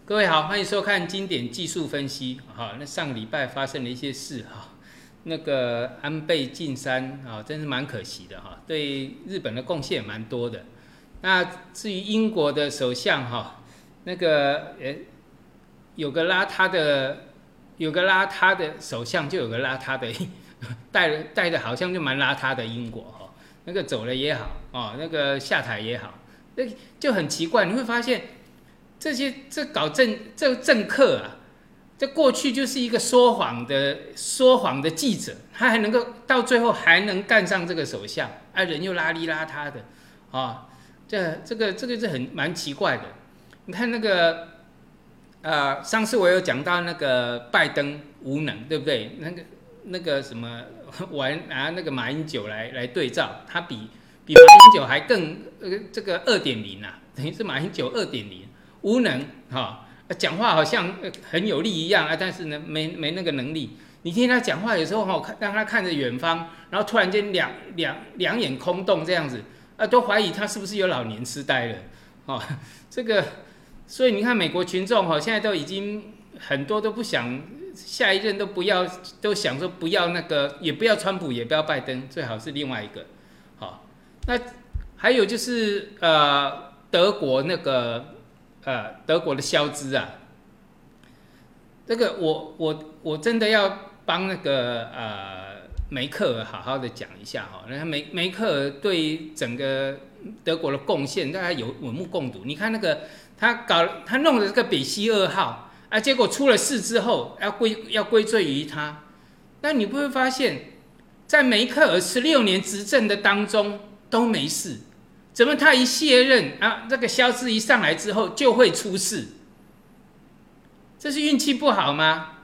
各位好，欢迎收看经典技术分析。好，那上个礼拜发生了一些事哈，那个安倍晋三啊，真是蛮可惜的哈，对日本的贡献蛮多的。那至于英国的首相哈，那个有个邋遢的首相，就有个邋遢的带的好像就蛮邋遢的英国哈，那个走了也好哦，那个下台也好，那就很奇怪，你会发现。这政客啊，这过去就是一个说谎的记者，他还能够到最后还能干上这个首相，啊，人又邋里邋遢的，啊，这个是蛮奇怪的。你看那个上次我有讲到那个拜登无能，对不对？那个什么，我拿那个马英九来对照，他比马英九还更这个2.0啊，等于是马英九2.0。无能哈，讲话好像很有力一样啊，但是呢，没那个能力。你听他讲话，有时候哈，让他看着远方，然后突然间两眼空洞这样子，都怀疑他是不是有老年痴呆了，哦，这个，所以你看美国群众哈，现在都已经很多都不想下一任都不要，都想说不要那个，也不要川普，也不要拜登，最好是另外一个，好，那还有就是德国那个。德国的肖兹啊，这个我真的要帮那个梅克尔好好的讲一下哈。那梅克尔对整个德国的贡献，大家有目共睹。你看那个他弄的这个北溪2号啊，结果出了事之后要归罪于他，那你不会发现，在梅克尔16年执政的当中都没事。怎么他一卸任啊，这个肖兹一上来之后就会出事？这是运气不好吗？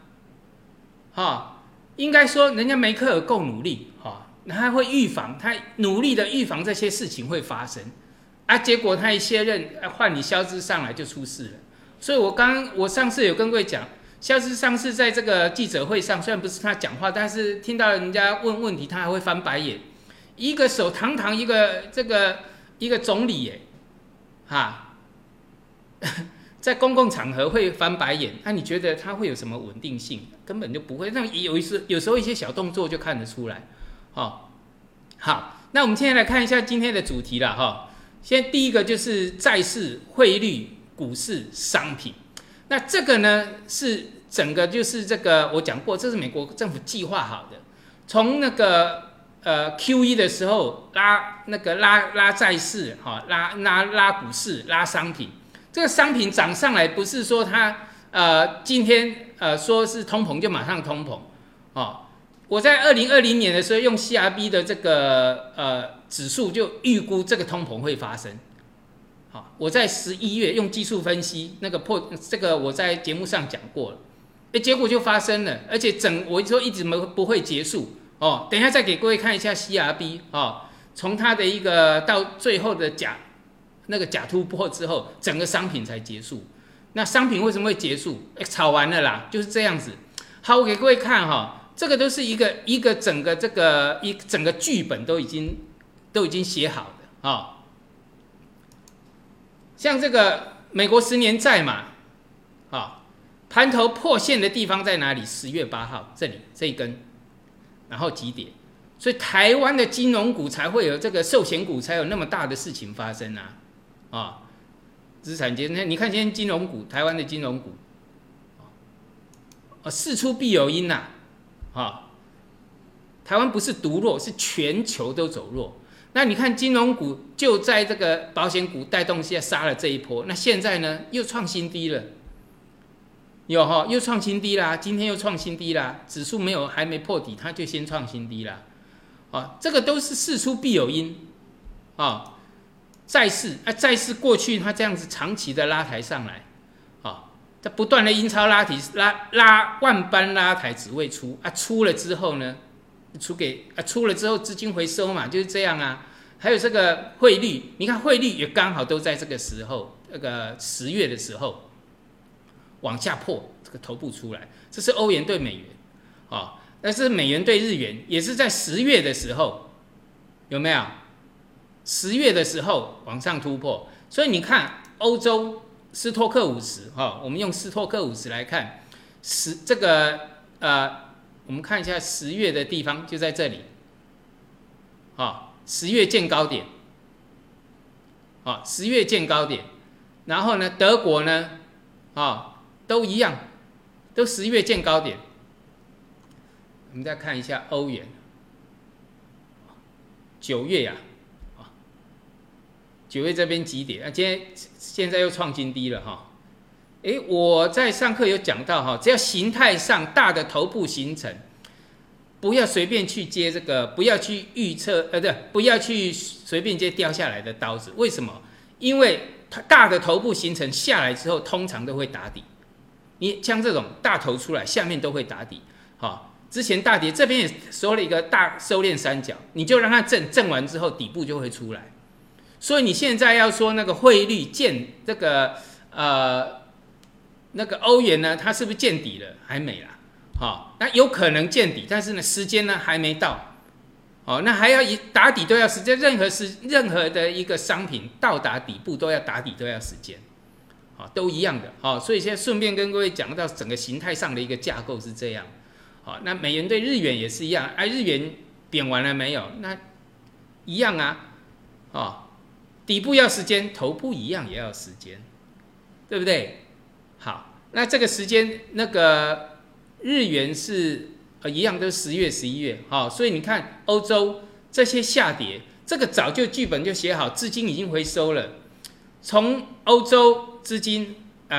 应该说人家梅克尔够努力，他会预防，他努力的预防这些事情会发生啊。结果他一卸任，换你肖兹上来就出事了。所以我上次有跟各位讲，肖兹上次在这个记者会上，虽然不是他讲话，但是听到人家问问题，他还会翻白眼。一个手堂堂一个总理耶，在公共场合会翻白眼，那你觉得他会有什么稳定性？根本就不会。那有时候一些小动作就看得出来。好，那我们现在来看一下今天的主题了哈。先第一个就是债市、汇率、股市、商品。那这个呢是整个就是这个我讲过，这是美国政府计划好的，从那个。Q1 的时候拉债市，拉股市，拉商品。这个商品涨上来，不是说它今天说是通膨就马上通膨哦。我在2020年的时候用 CRB 的这个指数就预估这个通膨会发生。好，我在11月用技术分析这个我在节目上讲过了，结果就发生了，而且我说一直不会结束。等一下再给各位看一下 CRB 从它的一个到最后的假突破之后，整个商品才结束。那商品为什么会结束？炒完了啦，就是这样子。好，我给各位看这个都是一个整个整个剧本都已经写好的像这个美国10年债嘛，盘头破线的地方在哪里？10月8号这里这一根。然后急跌，所以台湾的金融股才会有这个寿险股才有那么大的事情发生资产阶层，你看今天金融股，台湾的金融股，事出必有因台湾不是独弱，是全球都走弱。那你看金融股就在这个保险股带动下杀了这一波，那现在呢又创新低了。又创新低啦，今天又创新低啦，指数还没破底，它就先创新低啦，这个都是事出必有因债市过去它这样子长期的拉抬上来在不断的阴超拉万般拉抬只为出出了之后呢，出了之后资金回收嘛，就是这样啊。还有这个汇率，你看汇率也刚好都在这个时候，那个10月的时候。往下破这个头部出来，这是欧元对美元但是美元对日元也是在10月的时候，有没有？10月的时候往上突破，所以你看欧洲斯托克50哈，我们用斯托克50来看，这个我们看一下10月的地方就在这里，啊，10月见高点，啊，10月见高点，然后呢，德国呢，啊，都一样，都10月见高点。我们再看一下欧元，9月呀，9月这边急跌，现在又创新低了哈。我在上课有讲到哈，只要形态上大的头部形成，不要随便去接这个，不要去预测，不要去随便接掉下来的刀子。为什么？因为大的头部形成下来之后，通常都会打底。你像这种大头出来，下面都会打底。好，之前大跌这边也收了一个大收敛三角，你就让它震完之后，底部就会出来。所以你现在要说那个汇率见这个那个欧元呢，它是不是见底了？还没啦。好，那有可能见底，但是呢，时间呢还没到。好，那还要打底都要时间，任何的一个商品到达底部都要打底，都要时间。好，都一样的。好，所以现在顺便跟各位讲到整个形态上的一个架构是这样。好，那美元对日元也是一样。日元贬完了没有？那一样啊。底部要时间，头部一样也要时间，对不对？好，那这个时间那个日元是一样，都是10月、11月。好，所以你看欧洲这些下跌，这个早就剧本就写好，资金已经回收了，从欧洲资金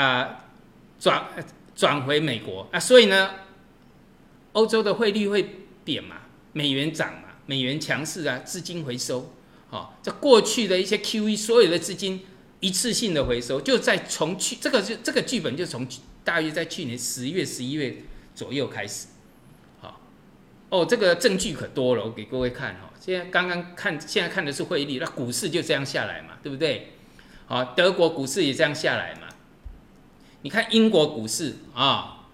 转回美国啊，所以呢，欧洲的汇率会贬嘛，美元涨嘛，美元强势啊，资金回收。这过去的一些 QE 所有的资金一次性的回收，就在这个剧本就从大约在去年10月、11月左右开始。这个证据可多了，我给各位看哈。现在看的是汇率，那股市就这样下来嘛，对不对？德国股市也这样下来嘛。你看英国股市啊，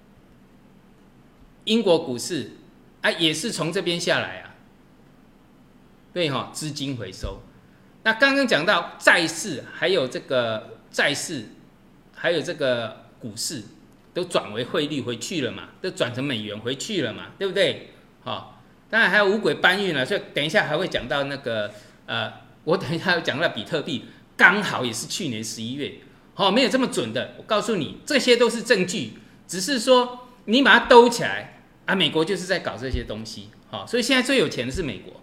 英国股市也是从这边下来啊。对哈，资金回收。那刚刚讲到债市，还有这个股市，都转为汇率回去了嘛，都转成美元回去了嘛，对不对？当然还有五轨搬运了，所以等一下还会讲到那个我等一下会讲到比特币，刚好也是去年11月，没有这么准的。我告诉你，这些都是证据，只是说你把它兜起来啊，美国就是在搞这些东西，所以现在最有钱的是美国。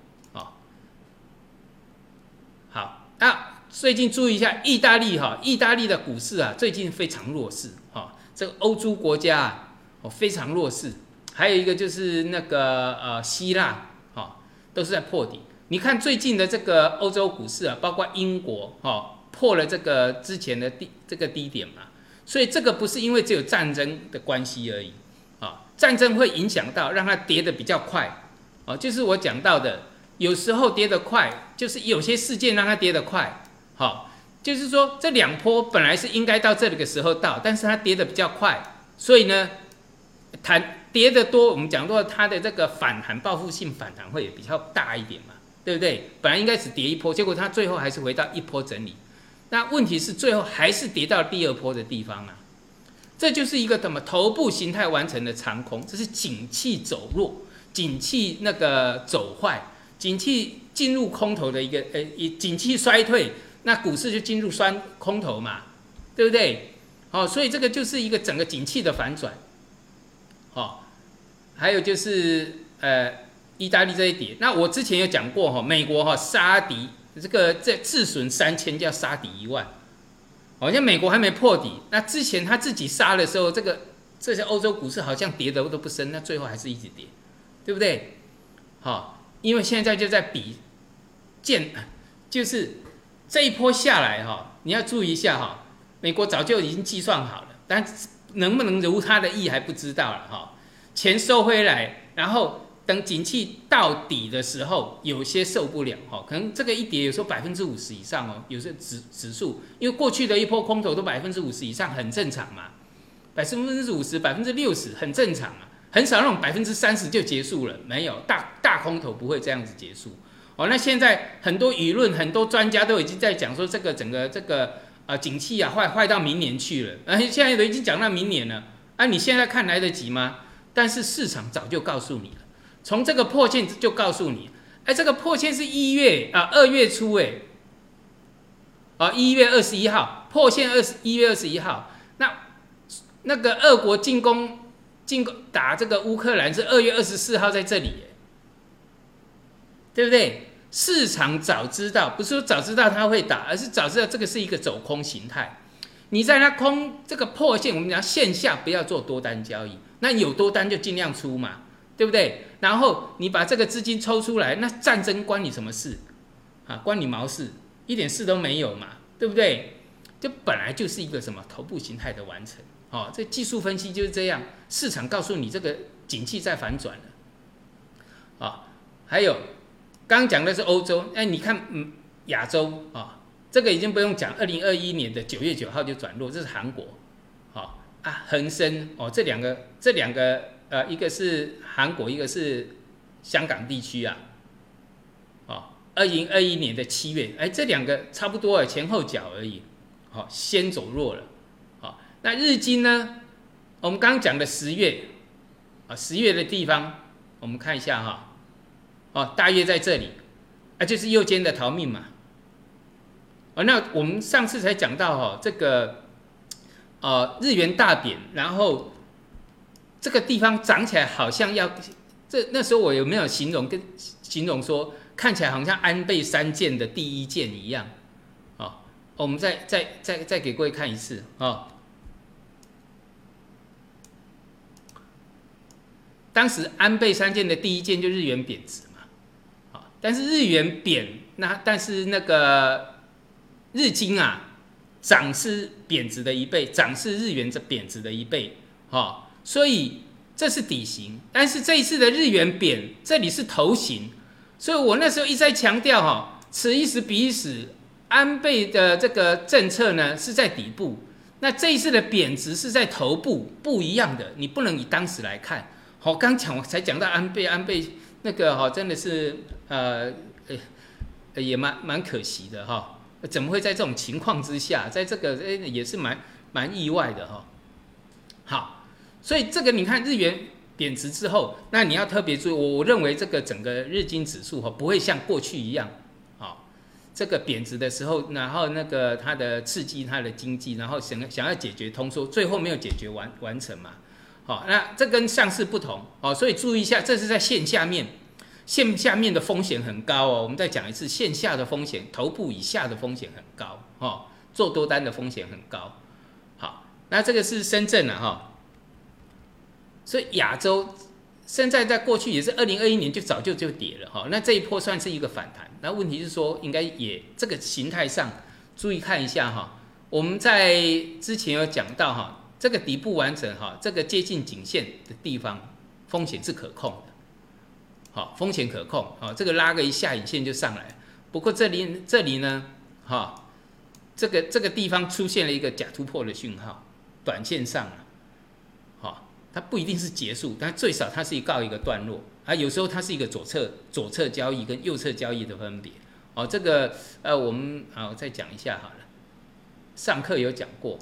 最近注意一下意大利的股市啊，最近非常弱势。这个欧洲国家非常弱势。还有一个就是那个希腊，都是在破底。你看最近的这个欧洲股市啊，包括英国，破了这个之前的这个低点嘛。所以这个不是因为只有战争的关系而已。战争会影响到让它跌得比较快。就是我讲到的。有时候跌得快，就是有些事件让它跌得快，就是说这两波本来是应该到这里的时候到，但是它跌得比较快，所以呢，跌得多，我们讲过它的这个反弹报复性反弹会也比较大一点嘛，对不对？本来应该只跌一波，结果它最后还是回到一波整理，那问题是最后还是跌到第二波的地方啊，这就是一个头部形态完成的长空，这是景气走弱，景气那个走坏。景气进入空头的一个景气衰退，那股市就进入空头嘛，对不对？所以这个就是一个整个景气的反转。还有就是意大利这一跌，那我之前有讲过美国杀敌这自损3000叫杀敌1万，好像美国还没破底，那之前他自己杀的时候，这些欧洲股市好像跌得都不深，那最后还是一直跌，对不对？因为现在就在就是这一波下来你要注意一下美国早就已经计算好了，但能不能如他的意还不知道了钱收回来，然后等景气到底的时候，有些受不了可能这个一跌有时候50%以上有时候指数，因为过去的一波空头都50%以上，很正常嘛，50%、60%很正常啊。很少那种30%就结束了，没有大空头不会这样子结束。那现在很多舆论、很多专家都已经在讲说，这个整个这个景气啊坏到明年去了，现在都已经讲到明年了，你现在看来得及吗？但是市场早就告诉你了，从这个破线就告诉你，这个破线是2月初1月21号破线1月21号，那个俄国进攻打这个乌克兰是2月24号在这里，对不对？市场早知道，不是说早知道它会打，而是早知道这个是一个走空形态。你在它空这个破线，我们讲线下不要做多单交易，那有多单就尽量出嘛，对不对？然后你把这个资金抽出来，那战争关你什么事关你毛事，一点事都没有嘛，对不对？这本来就是一个什么头部形态的完成。这技术分析就是这样，市场告诉你这个景气在反转了。还有刚刚讲的是欧洲，你看亚洲这个已经不用讲，2021年的9月9号就转弱，这是韩国。恒生这两个一个是韩国，一个是香港地区2021年的7月，这两个差不多前后脚而已，先走弱了。那日经呢？我们刚刚讲的10月，10月的地方，我们看一下大约在这里，就是右肩的逃命嘛。那我们上次才讲到这个日元大贬，然后这个地方涨起来好像要，那时候我有没有形容说看起来好像安倍3件的第1件一样？我们再给各位看一次当时安倍3件的第1件就日元贬值嘛，但是日元贬，但是那个日经涨是贬值的1倍，涨是日元贬值的1倍，所以这是底型。但是这一次的日元贬，这里是头型，所以我那时候一直在强调此一时彼一时，安倍的这个政策呢是在底部，那这一次的贬值是在头部，不一样的，你不能以当时来看。刚才讲到安倍那个真的是也蛮可惜的怎么会在这种情况之下，在这个也是蛮意外的好，所以这个你看日元贬值之后，那你要特别注意，我认为这个整个日经指数不会像过去一样这个贬值的时候，然后那个它的刺激它的经济，然后想要解决通缩，最后没有解决完成嘛。那这跟上市不同所以注意一下，这是在线下面的风险很高我们再讲一次，线下的风险，头部以下的风险很高做多单的风险很高。好，那这个是深圳所以亚洲现在在过去也是2021年就早就跌了那这一波算是一个反弹。那问题是说，应该也这个形态上注意看一下我们在之前有讲到这个底部完整这个接近颈线的地方，风险是可控的，风险可控这个拉个一下影线就上来。不过这里呢这个地方出现了一个假突破的讯号，短线上它不一定是结束，但最少它是告一个段落有时候它是一个左侧交易跟右侧交易的分别这个我们再讲一下好了，上课有讲过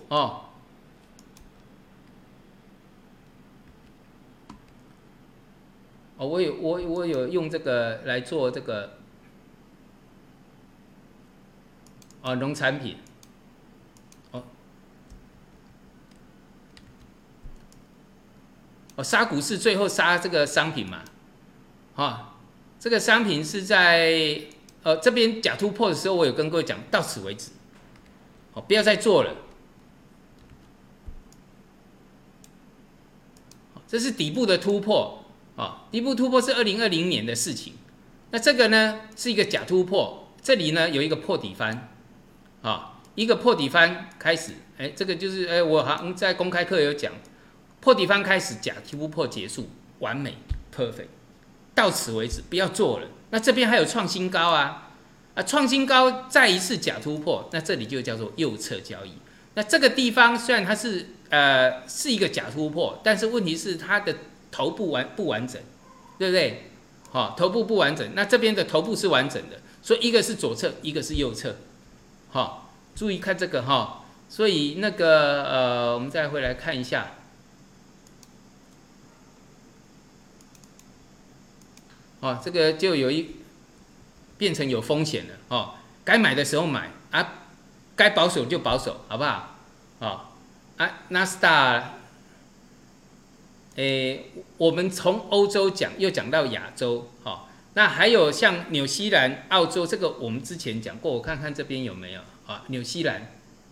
我有用这个来做这个农产品杀股市最后杀这个商品嘛这个商品是在这边假突破的时候，我有跟各位讲到此为止不要再做了。这是底部的突破底部突破是2020年的事情。那这个呢是一个假突破，这里呢有一个破底翻一个破底翻开始这个就是我好像在公开课有讲，破底翻开始，假突破结束，完美 perfect， 到此为止，不要做了。那这边还有创新高创新高再一次假突破，那这里就叫做右侧交易。那这个地方虽然它是一个假突破，但是问题是它的头部不完整，对不对？头部不完整，那这边的头部是完整的，所以一个是左侧，一个是右侧， 注意看这个哈。所以那个我们再回来看一下。哦，这个就变成有风险了哦。该买的时候买啊，该保守就保守，好不好？哦，啊，纳斯达，我们从欧洲讲，又讲到亚洲，哦，那还有像纽西兰、澳洲，这个我们之前讲过，我看看这边有没有啊？纽西兰，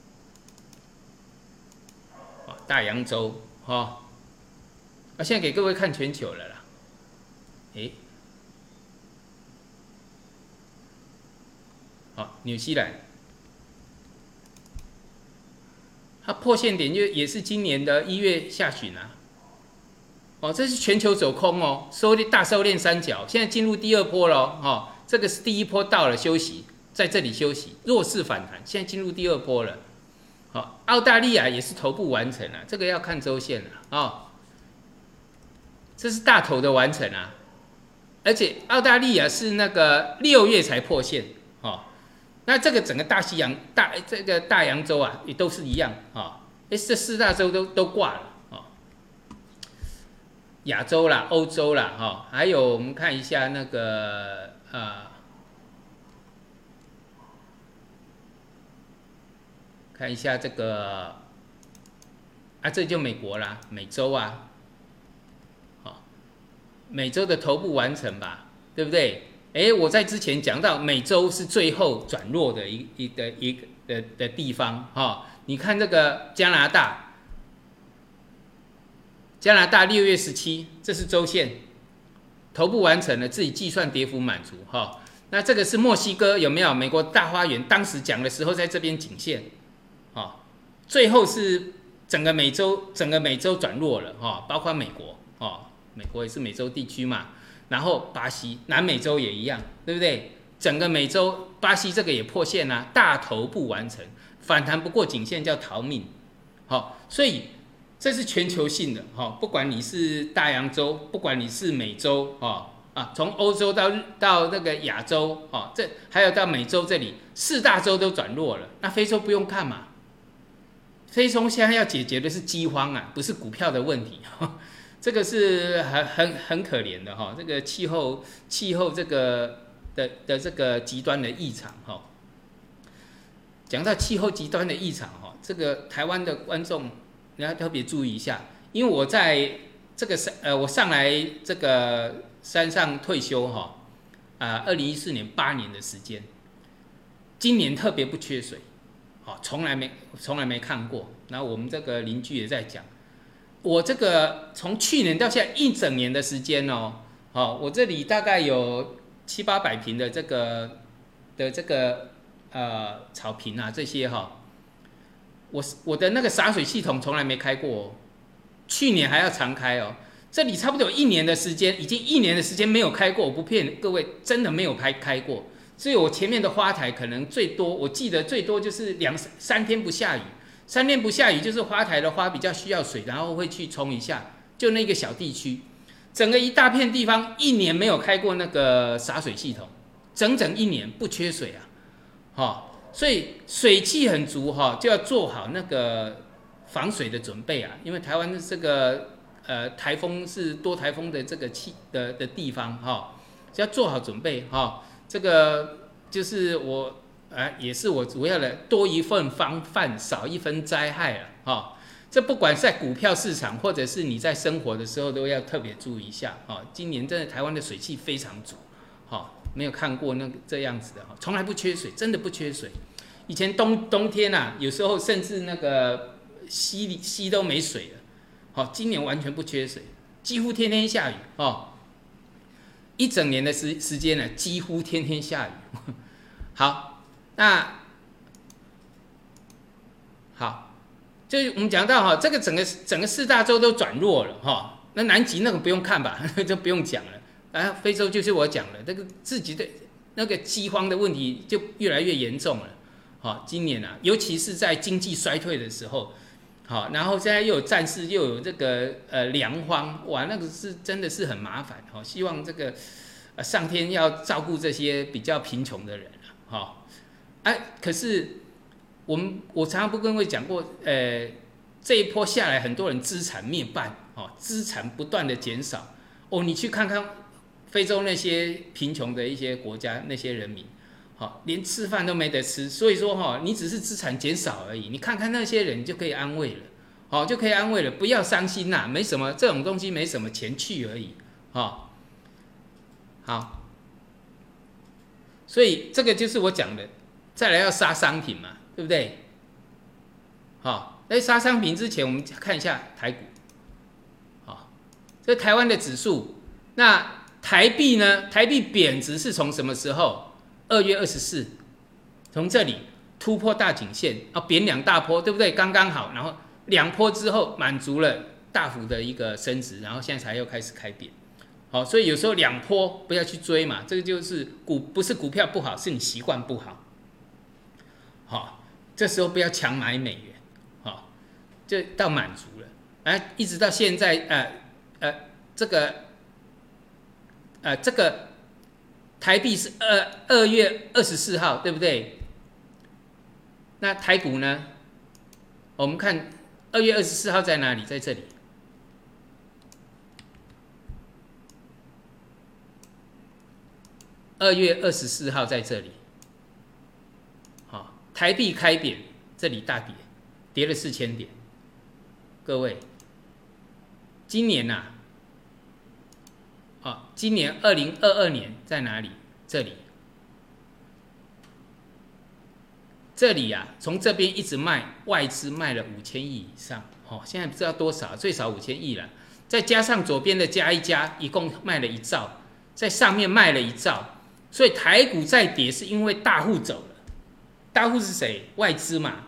哦，大洋洲，哦，啊，现在给各位看全球了啦，好，纽西兰，它破线点也是今年的1月下旬啊。哦，这是全球走空哦，大收敛三角，现在进入第二波了哦。这个是第一波到了休息，在这里休息，弱势反弹，现在进入第二波了。好，澳大利亚也是头部完成了，这个要看周线了哦。这是大头的完成啊，而且澳大利亚是那个6月才破线哦。那这个整个这个大洋洲啊，也都是一样啊。这4大洲都挂了啊。亚洲啦、欧洲啦，哈，还有我们看一下那个看一下这个啊，这就美国啦，美洲啊，好，美洲的头部完成吧，对不对？我在之前讲到美洲是最后转弱的一个地方哈。你看这个加拿大6月17，这是周线，头部完成了，自己计算跌幅满足哈。那这个是墨西哥有没有？美国大花园当时讲的时候在这边颈线，最后是整个美洲转弱了哈，包括美国美国也是美洲地区嘛。然后巴西、南美洲也一样，对不对？整个美洲，巴西这个也破线啊，大头部完成，反弹不过颈线叫逃命。好，所以这是全球性的哈，不管你是大洋洲，不管你是美洲从欧洲到那个亚洲这还有到美洲这里，4大洲都转弱了。那非洲不用看嘛，非洲现在要解决的是饥荒啊，不是股票的问题。这个是很可怜的哈，这个气候这个的这个极端的异常哈。讲到气候极端的异常哈，这个台湾的观众你要特别注意一下，因为我在这个我上来这个山上退休哈，2014年8年的时间，今年特别不缺水，从来没看过。然后我们这个邻居也在讲。我这个从去年到现在1整年的时间我这里大概有700-800坪的这个草坪啊，这些我的那个洒水系统从来没开过去年还要常开这里差不多有1年的时间，已经1年的时间没有开过，我不骗各位，真的没有开过。所以我前面的花台可能最多，我记得最多就是2-3天不下雨。3天不下雨，就是花台的花比较需要水，然后会去冲一下，就那个小地区，整个一大片地方1年没有开过那个洒水系统，整1年不缺水啊，所以水汽很足就要做好那个防水的准备啊，因为台湾这个台风是多台风的这个的地方就要做好准备这个就是也是我主要的，多一份防范，少一分灾害这不管是在股票市场，或者是你在生活的时候，都要特别注意一下今年真的台湾的水汽非常足没有看过这样子的从来不缺水，真的不缺水。以前冬天有时候甚至那个溪都没水了今年完全不缺水，几乎天天下雨1整年的时间呢，几乎天天下雨。好。那好，就是我们讲到这个整个4大洲都转弱了那南极那个不用看吧，就不用讲了。非洲就是我讲的，这个自己的那个饥荒的问题就越来越严重了今年尤其是在经济衰退的时候然后现在又有战事，又有这个粮荒，哇，那个是真的是很麻烦希望这个上天要照顾这些比较贫穷的人可是我常常不跟各位讲过，这一波下来，很多人资产灭半，资产不断的减少。你去看看非洲那些贫穷的一些国家，那些人民，连吃饭都没得吃。所以说你只是资产减少而已，你看看那些人就可以安慰了，就可以安慰了，不要伤心啦，没什么，这种东西没什么，钱去而已，好。所以这个就是我讲的，再来要杀商品嘛，对不对？在杀商品之前，我们看一下台股。这台湾的指数，那台币呢？台币贬值是从什么时候？2月24，从这里突破大颈线，贬2大波，对不对？刚刚好，然后2波之后满足了大幅的一个升值，然后现在才又开始开贬。所以有时候2波不要去追嘛，这个就是不是股票不好，是你习惯不好。这时候不要强买美元，就到满足了，一直到现在，这个台币是2月24号，对不对？那台股呢？我们看2月24号在哪里？在这里。2月24号在这里，台币开贬，这里大跌，跌了4000点。各位，今年今年2022年在哪里？这里，从这边一直卖，外资卖了5000亿以上，现在不知道多少，最少5000亿了，再加上左边的加一加，一共卖了1兆，在上面卖了1兆。所以台股再跌是因为大户走了，大户是谁？外资嘛，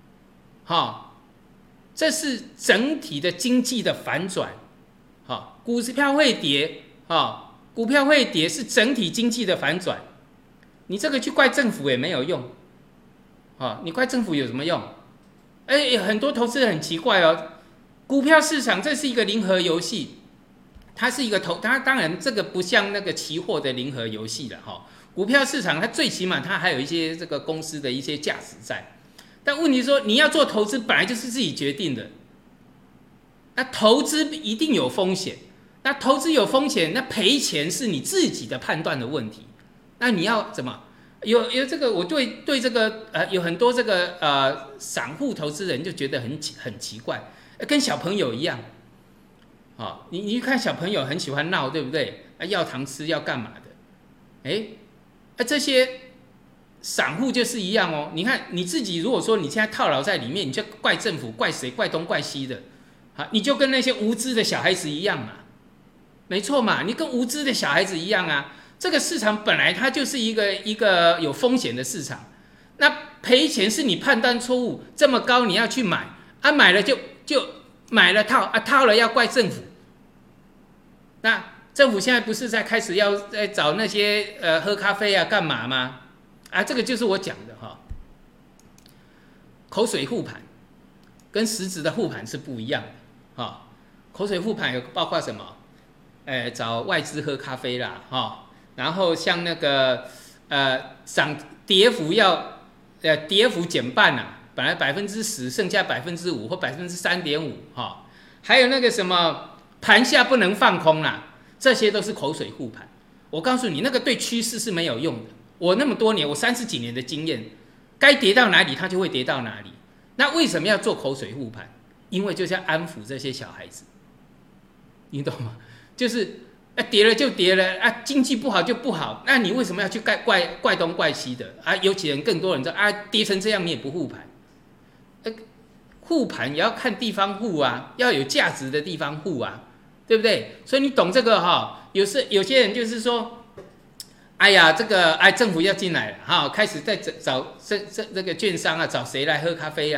这是整体的经济的反转，股票会跌，股票会跌是整体经济的反转，你这个去怪政府也没有用，你怪政府有什么用？很多投资人很奇怪股票市场这是一个零和游戏。它是一个它当然这个不像那个期货的零和游戏了股票市场它最起码它还有一些这个公司的一些价值在，但问题是说你要做投资本来就是自己决定的，那投资一定有风险，那投资有风险，那赔钱是你自己的判断的问题，那你要怎么有这个我对这个有很多这个散户投资人就觉得很奇怪，跟小朋友一样。你看小朋友很喜欢闹，对不对？要糖吃要干嘛的？这些散户就是一样你看你自己，如果说你现在套牢在里面，你就怪政府、怪谁、怪东怪西的，你就跟那些无知的小孩子一样嘛，没错嘛，你跟无知的小孩子一样啊。这个市场本来它就是一个有风险的市场，那赔钱是你判断错误，这么高你要去买买了就买了套了要怪政府。那政府现在不是在开始要在找那些喝咖啡干嘛吗？这个就是我讲的口水护盘跟实质的护盘是不一样的口水护盘有包括什么？找外资喝咖啡啦然后像那个跌幅要跌幅减半本来10%剩下5%或3.5%还有那个什么盘下不能放空这些都是口水护盘。我告诉你，那个对趋势是没有用的。我那么多年，我30几年的经验，该跌到哪里它就会跌到哪里。那为什么要做口水护盘？因为就是要安抚这些小孩子，你懂吗？就是跌了就跌了经济不好就不好，那你为什么要去怪东怪西的尤其人更多人说跌成这样你也不护盘。护盘也要看地方护要有价值的地方护对不对？所以你懂这个有些人就是说，哎呀，这个政府要进来了开始在找这个券商找谁来喝咖啡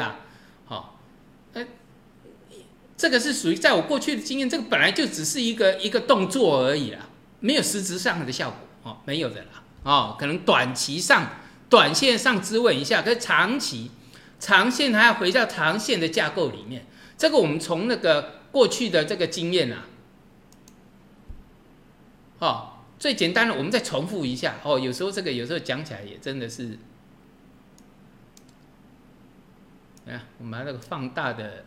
这个是属于在我过去的经验，这个本来就只是一个动作而已啦，没有实质上的效果没有的啦可能短线上滋润一下，可是长线还要回到长线的架构里面。这个我们从那个过去的这个经验最简单的我们再重复一下有时候讲起来也真的是我们把那个放大的，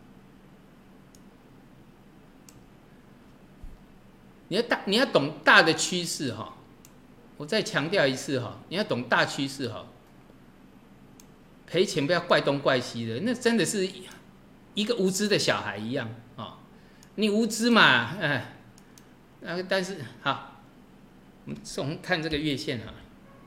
你要懂大的趋势哈。我再强调一次哈，你要懂大趋势哈。赔钱不要怪东怪西的，那真的是一个无知的小孩一样啊！你无知嘛，但是好，我们看这个月线哈。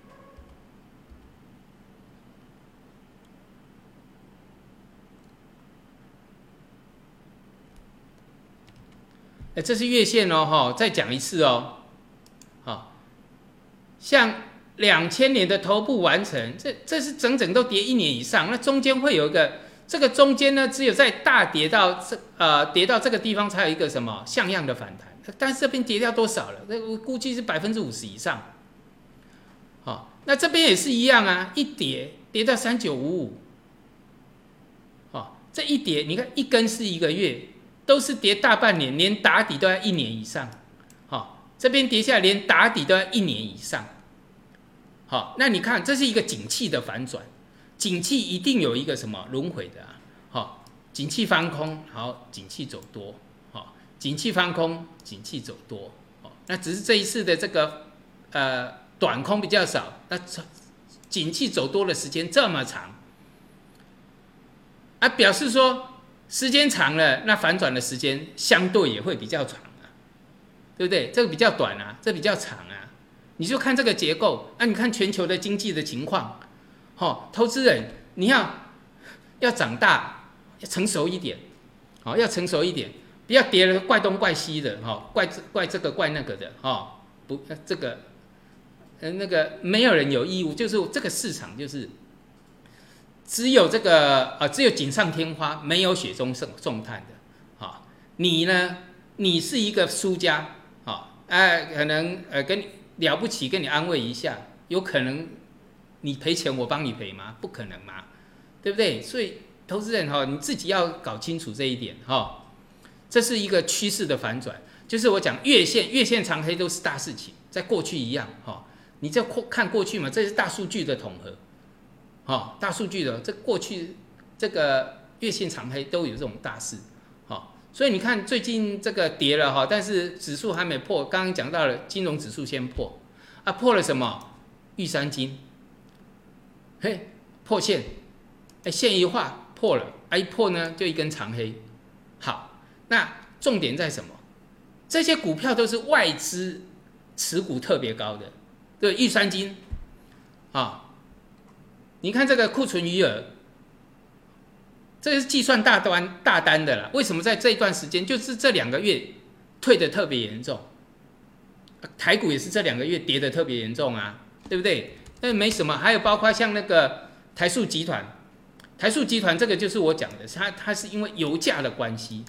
这是月线哦，哈，再讲一次哦，好，像2000年的头部完成，这是整整都跌1年以上，那中间会有一个，这个中间呢，只有在大跌到跌到这个地方才有一个什么像样的反弹，但是这边跌掉多少了？那我估计是50%以上，好，那这边也是一样啊，一跌到3955，好，这一跌，你看一根是1个月。都是跌大半年，连打底都要1年以上。好，这边跌下来连打底都要1年以上。好，那你看这是一个景气的反转，景气一定有一个什么轮回的啊？好，景气翻空，好，景气走多，好，景气翻空，景气走多。好，那只是这一次的这个短空比较少，那景气走多的时间这么长，表示说。时间长了，那反转的时间相对也会比较长啊，对不对？这个比较短啊，这比较长啊。你就看这个结构，你看全球的经济的情况，投资人你要长大，要成熟一点，要成熟一点，不要跌了怪东怪西的，怪这个怪那个的，不，这个那个没有人有义务，就是这个市场就是。只有这个只有锦上添花，没有雪中送炭的，你呢？你是一个输家，可能跟你了不起，跟你安慰一下，有可能你赔钱，我帮你赔吗？不可能嘛，对不对？所以投资人你自己要搞清楚这一点这是一个趋势的反转，就是我讲月线长黑都是大事情，在过去一样你就看过去嘛，这是大数据的统合。大数据的这过去这个月线长黑都有这种大事，所以你看最近这个跌了但是指数还没破，刚刚讲到了金融指数先破，破了什么？玉山金，破线，线一画破了，一破呢就一根长黑。好，那重点在什么？这些股票都是外资持股特别高的，对，玉山金，你看这个库存余额，这个是计算大单的啦。为什么在这一段时间，就是这2个月退得特别严重？台股也是这2个月跌得特别严重啊，对不对？那没什么，还有包括像那个台塑集团这个就是我讲的，它是因为油价的关系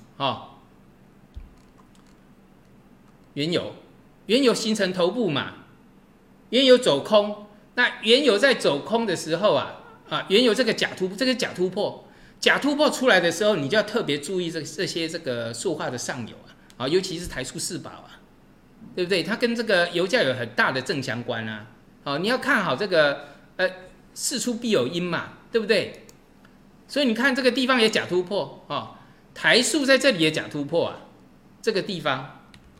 原油形成头部嘛，原油走空。那原油在走空的时候原油这个假突破出来的时候，你就要特别注意这些这个塑化的上游尤其是台塑四宝对不对？它跟这个油价有很大的正相关你要看好这个事出必有因嘛，对不对？所以你看这个地方也假突破台塑在这里也假突破这个地方。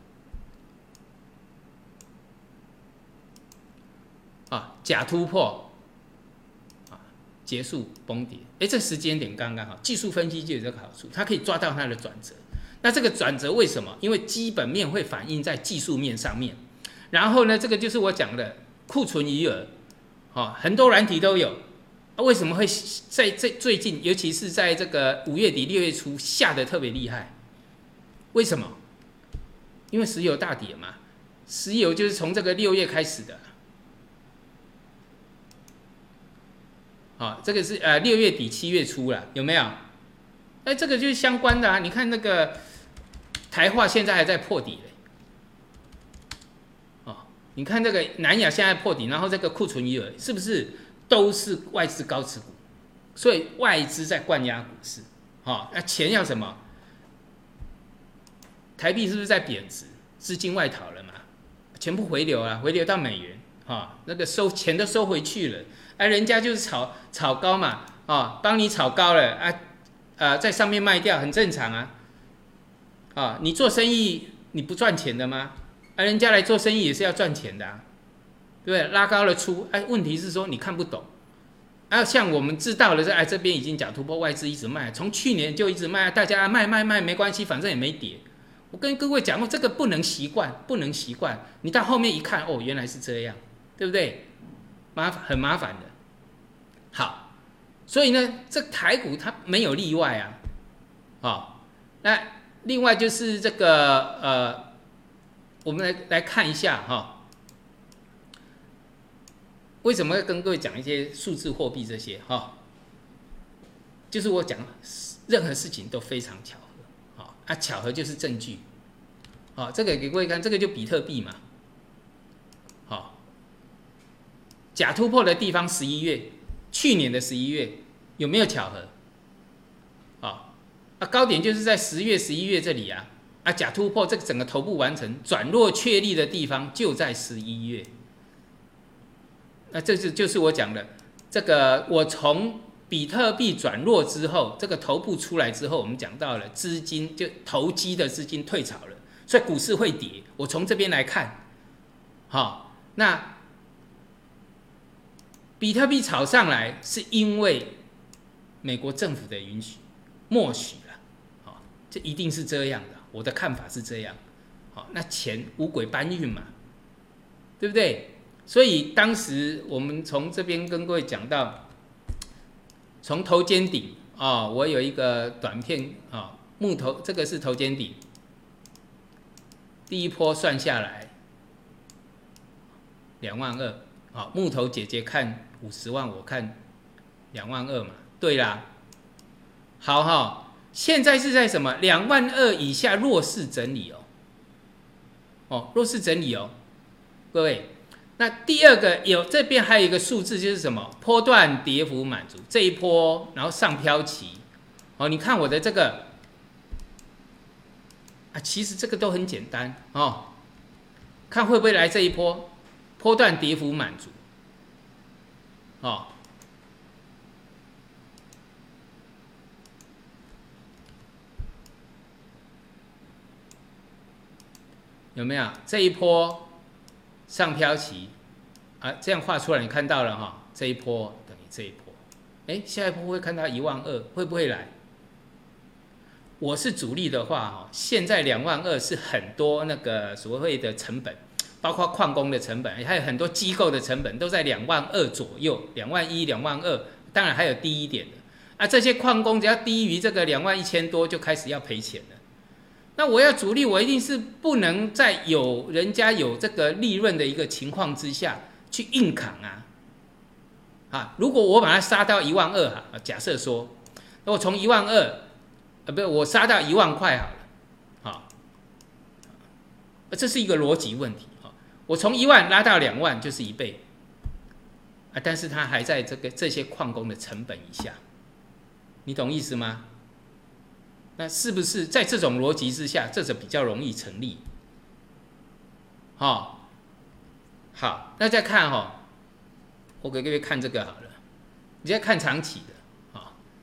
假突破结束崩跌，这时间点刚刚好，技术分析就有这个好处，它可以抓到它的转折。那这个转折为什么？因为基本面会反映在技术面上面。然后呢，这个就是我讲的库存余额，很多软体都有。为什么会在最近，尤其是在这个5月底6月初下得特别厉害？为什么？因为石油大跌嘛，石油就是从这个6月开始的。这个是6月底7月初了，有没有？这个就是相关的你看那个台化现在还在破底你看这个南亚现在破底，然后这个库存余额是不是都是外资高持股？所以外资在灌压股市那钱要什么？台币是不是在贬值？资金外逃了嘛？全部回流回流到美元那个钱都收回去了。人家就是炒高嘛， 帮你炒高了在上面卖掉很正常你做生意你不赚钱的吗？人家来做生意也是要赚钱的对不对？拉高了出，问题是说你看不懂。像我们知道了这边已经假突破，外资一直卖，从去年就一直卖，大家卖没关系，反正也没跌。我跟各位讲过，这个不能习惯，不能习惯。你到后面一看，原来是这样，对不对？很麻烦的。好，所以呢，这台股它没有例外那另外就是这个我们来看一下为什么要跟各位讲一些数字货币这些就是我讲任何事情都非常巧合巧合就是证据这个给各位看，这个就比特币嘛假突破的地方11月，去年的11月有没有巧合高点就是在10月11月这里假突破这个整个头部完成转弱确立的地方就在11月。这就是我讲的这个，我从比特币转弱之后，这个头部出来之后，我们讲到了资金就投机的资金退潮了，所以股市会跌。我从这边来看，那比特币炒上来是因为美国政府的允许，默许了，这一定是这样的。我的看法是这样，那钱五鬼搬运嘛，对不对？所以当时我们从这边跟各位讲到，从头肩顶我有一个短片木头，这个是头肩顶，第一波算下来22000，木头姐姐看50万，我看22000嘛，对啦。好现在是在什么22000以下弱势整理弱势整理各位。那第二个这边还有一个数字，就是什么波段跌幅满足这一波，然后上飘期你看我的这个其实这个都很简单看会不会来这一波波段跌幅满足有没有这一波上飘期这样画出来，你看到了这一波等于这一波，下一波会看到12000，会不会来？我是主力的话现在22000是很多那个所谓的成本，包括矿工的成本，还有很多机构的成本都在22000左右，21000、22000，当然还有低一点的这些矿工只要低于这个21000多，就开始要赔钱了。那我要主力，我一定是不能在人家有这个利润的一个情况之下去硬扛如果我把它杀到12000假设说，我从12000不是我杀到10000块好了这是一个逻辑问题我从10000拉到20000就是1倍但是它还在这些矿工的成本以下，你懂意思吗？那是不是在这种逻辑之下，这是比较容易成立？好，那再看我给各位看这个好了，你再看长期的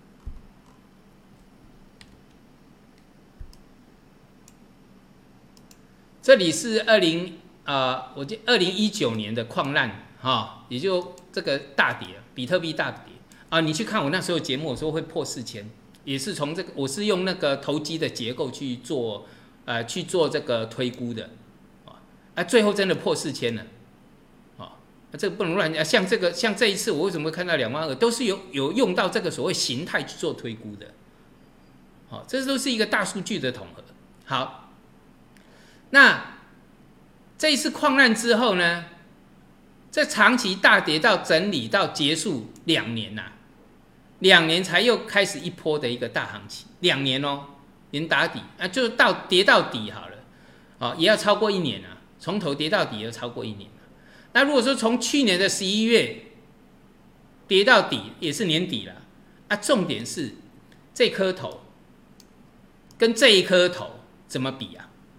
这里是我记得2019年的矿难也就这个大跌，比特币大跌你去看我那时候节目，我说会破4000。也是从这个，我是用那个投机的结构去做这个推估的，最后真的破4000了，这个不能乱讲。像这一次，我为什么会看到22000，都是有用到这个所谓形态去做推估的，这都是一个大数据的统合。好，那这一次矿难之后呢，这长期大跌到整理到结束2年2年才又开始一波的一个大行情，2年连打底就跌到底好了，也要超过1年从头跌到底要超过1年那如果说从去年的11月跌到底，也是年底了重点是这颗头跟这一颗头怎么比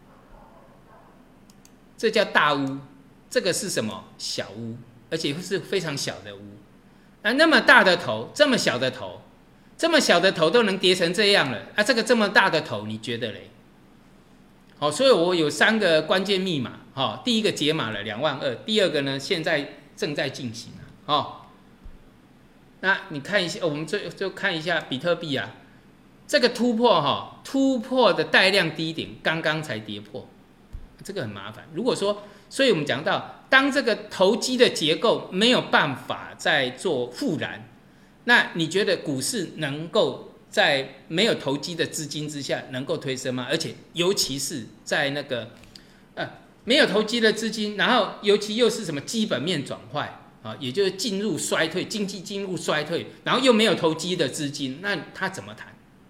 这叫大屋，这个是什么？小屋，而且是非常小的屋。 啊，那么大的头，这么小的头，这么小的头都能跌成这样了啊，这个这么大的头，你觉得嘞？好，所以我有3个关键密码，好，第一个解码了22000，第二个呢现在正在进行了，哦，那你看一下，我们就看一下比特币啊，这个突破突破的带量低点刚刚才跌破，这个很麻烦。如果说，所以我们讲到，当这个投机的结构没有办法再做复燃，那你觉得股市能够在没有投机的资金之下能够推升吗？而且尤其是在那个没有投机的资金，然后尤其又是什么基本面转坏啊，也就是进入衰退，经济进入衰退，然后又没有投机的资金，那他怎么谈？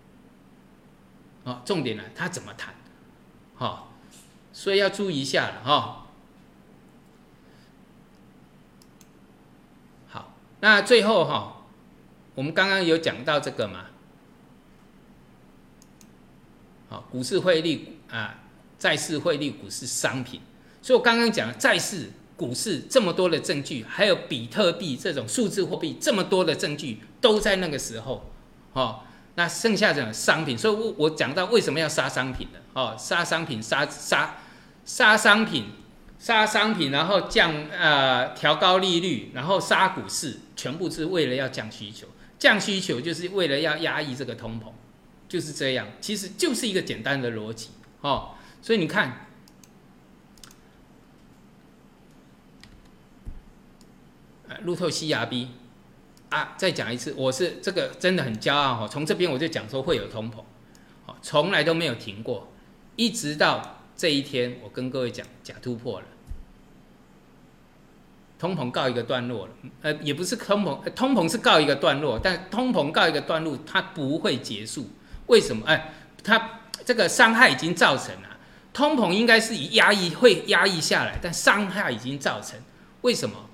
重点呢，他怎么谈？所以要注意一下了好，那最后我们刚刚有讲到这个嘛，股市汇率啊，债市汇率、股市商品，所以我刚刚讲债市、股市这么多的证据，还有比特币这种数字货币这么多的证据，都在那个时候，那剩下的商品，所以我讲到为什么要杀商品了，杀商品，杀商品，然后调高利率，然后杀股市，全部是为了要降需求，降需求就是为了要压抑这个通膨，就是这样，其实就是一个简单的逻辑所以你看，路透 CRB 再讲一次，我是这个真的很骄傲从这边我就讲说会有通膨，从来都没有停过，一直到这一天，我跟各位讲假突破了，通膨告一个段落了，也不是通膨是告一个段落，但通膨告一个段落，它不会结束，为什么？它这个伤害已经造成了，通膨应该是会压抑下来，但伤害已经造成，为什么？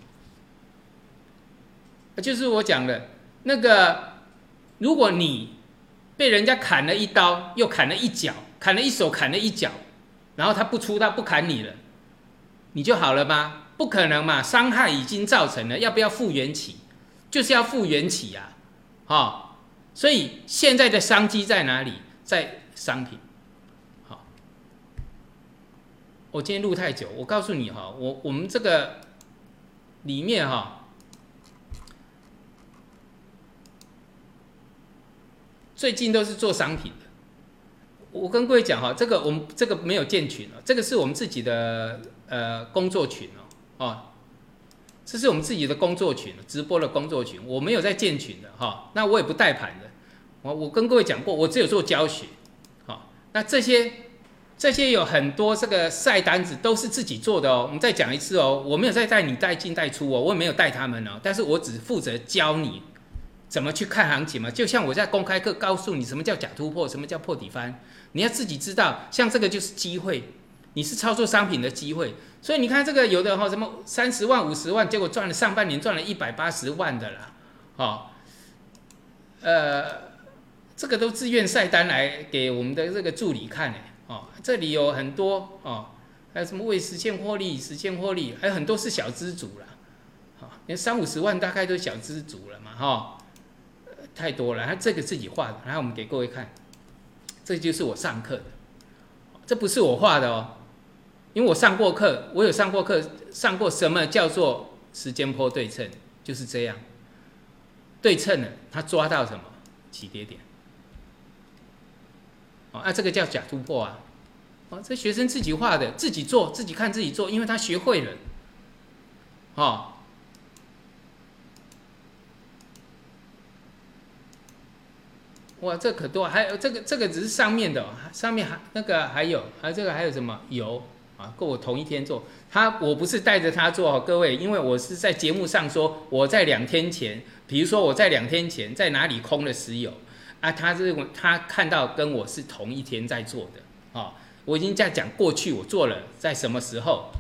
就是我讲的那个，如果你被人家砍了一刀，又砍了一脚，砍了一手，砍了一脚，然后他不砍你了，你就好了吗？不可能嘛，伤害已经造成了，要不要复原起？就是要复原起啊，所以现在的商机在哪里？在商品。我今天录太久，我告诉你我们这个里面最近都是做商品的。我跟各位讲这个我们这个没有建群这个是我们自己的工作群这是我们自己的工作群，直播的工作群，我没有在建群的那我也不带盘的。我跟各位讲过，我只有做教学那这些有很多这个晒单子都是自己做的我们再讲一次我没有在带你带进带出我也没有带他们但是我只负责教你怎么去看行情嘛，就像我在公开课告诉你什么叫假突破，什么叫破底翻，你要自己知道，像这个就是机会，你是操作商品的机会，所以你看这个有的什么30万、50万，结果赚了上半年赚了180万的啦，这个都自愿晒单来给我们的这个助理看这里有很多还有什么未实现获利、实现获利，还有很多是小资族啦，连30-50万大概都小资族了嘛太多了，他这个自己画的，然后我们给各位看，这就是我上课的，这不是我画的因为我上过课，我有上过课，上过什么叫做时间波对称，就是这样，对称了，他抓到什么起跌点，这个叫假突破这学生自己画的，自己做，自己看自己做，因为他学会了，哇，这可多，还有这个只是上面的上面那个还有这个还有什么有跟我同一天做，我不是带着他做各位，因为我是在节目上说我在2天前，比如说我在2天前在哪里空了石油他看到跟我是同一天在做的我已经在讲过去我做了在什么时候，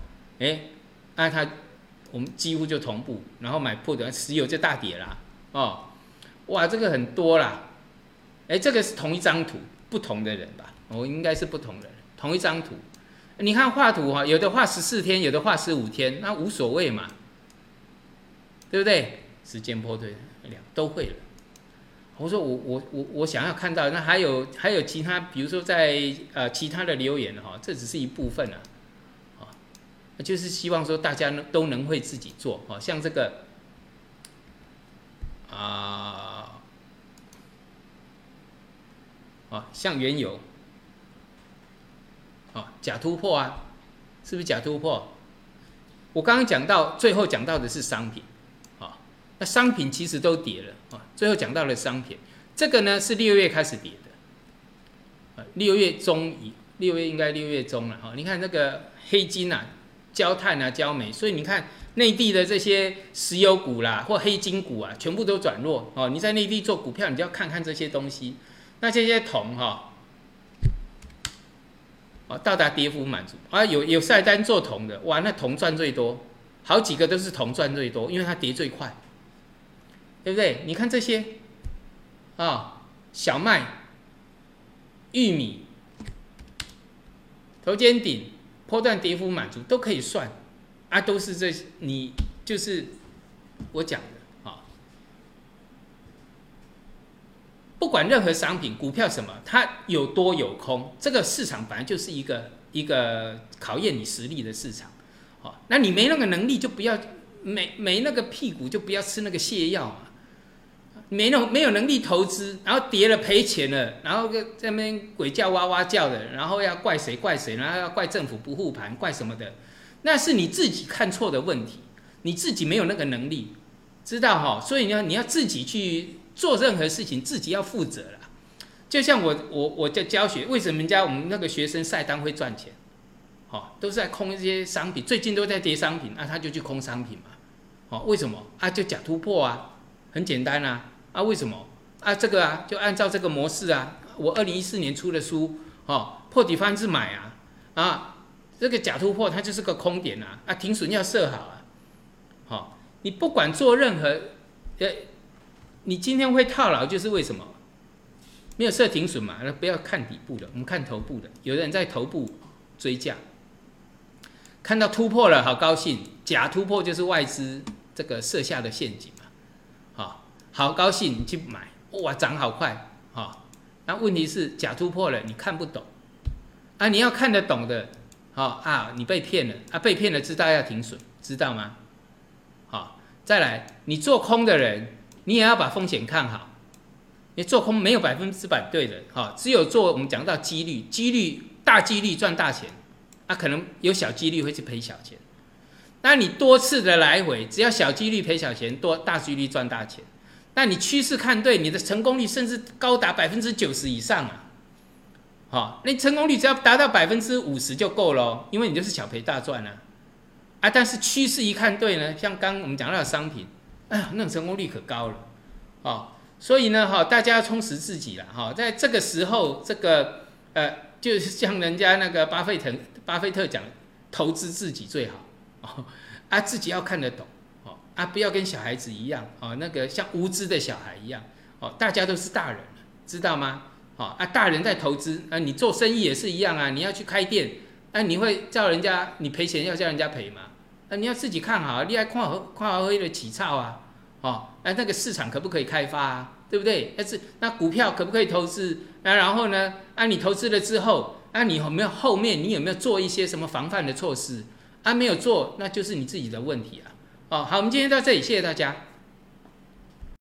我们几乎就同步，然后买破的石油就大跌啦哇，这个很多啦。这个是同一张图，不同的人吧？应该是不同的人，同一张图。你看画图有的画14天，有的画15天，那无所谓嘛，对不对？时间波对， 都会了。我说我想要看到，那还有其他，比如说在其他的留言哈，这只是一部分啊，就是希望说大家都能会自己做，像这个像原油，假突破啊，是不是假突破？我刚刚讲到最后讲到的是商品，那商品其实都跌了，最后讲到了商品，这个呢是6月开始跌的，6月中6月应该6月中了哈。你看那个黑金啊、焦炭啊、焦煤，所以你看内地的这些石油股啦或黑金股啊，全部都转弱哦。你在内地做股票，你就要看看这些东西。那这些铜到达跌幅满足啊，有晒单做铜的，哇，那铜赚最多，好几个都是铜赚最多，因为它跌最快，对不对？你看这些小麦、玉米、头肩顶、波段跌幅满足都可以算啊，都是这你就是我讲的不管任何商品、股票什么，它有多有空，这个市场本来就是一个考验你实力的市场。那你没那个能力，就不要没那个屁股，就不要吃那个泻药嘛。没有能力投资，然后跌了赔钱了，然后在那边鬼叫哇哇叫的，然后要怪谁，然后要怪政府不护盘，怪什么的，那是你自己看错的问题，你自己没有那个能力，知道所以呢，你要自己去做任何事情，自己要负责啦。就像我在教学，为什么我们那个学生晒单会赚钱？都是在空一些商品，最近都在跌商品，他就去空商品嘛。为什么？就假突破啊，很简单啊。为什么？这个就按照这个模式啊。我2014年出的书，破底方式买这个假突破它就是个空点啊，停损要设好你不管做任何，你今天会套牢就是为什么？没有设停损嘛，那不要看底部的，我们看头部的。有的人在头部追价，看到突破了，好高兴。假突破就是外资这个设下的陷阱嘛，好高兴你去买，哇，涨好快，那问题是假突破了，你看不懂你要看得懂的，你被骗了被骗了知道要停损，知道吗？再来，你做空的人，你也要把风险看好。你做空没有100%对的，只有做我们讲到几率大几率赚大钱，可能有小几率会去赔小钱。那你多次的来回，只要小几率赔小钱，大几率赚大钱。那你趋势看对，你的成功率甚至高达90%以上那成功率只要达到50%就够了，因为你就是小赔大赚但是趋势一看对呢，像刚我们讲到的商品，那种成功率可高了所以呢大家要充实自己啦在这个时候，这个就是像人家那个巴菲特讲，投资自己最好自己要看得懂不要跟小孩子一样那个像无知的小孩一样大家都是大人了，知道吗？大人在投资你做生意也是一样你要去开店你会叫人家你赔钱要叫人家赔吗？你要自己看好，你要看好的起草那个市场可不可以开发对不对？那股票可不可以投资然后呢你投资了之后你有没有后面你有没有做一些什么防范的措施没有做，那就是你自己的问题好，我们今天到这里，谢谢大家。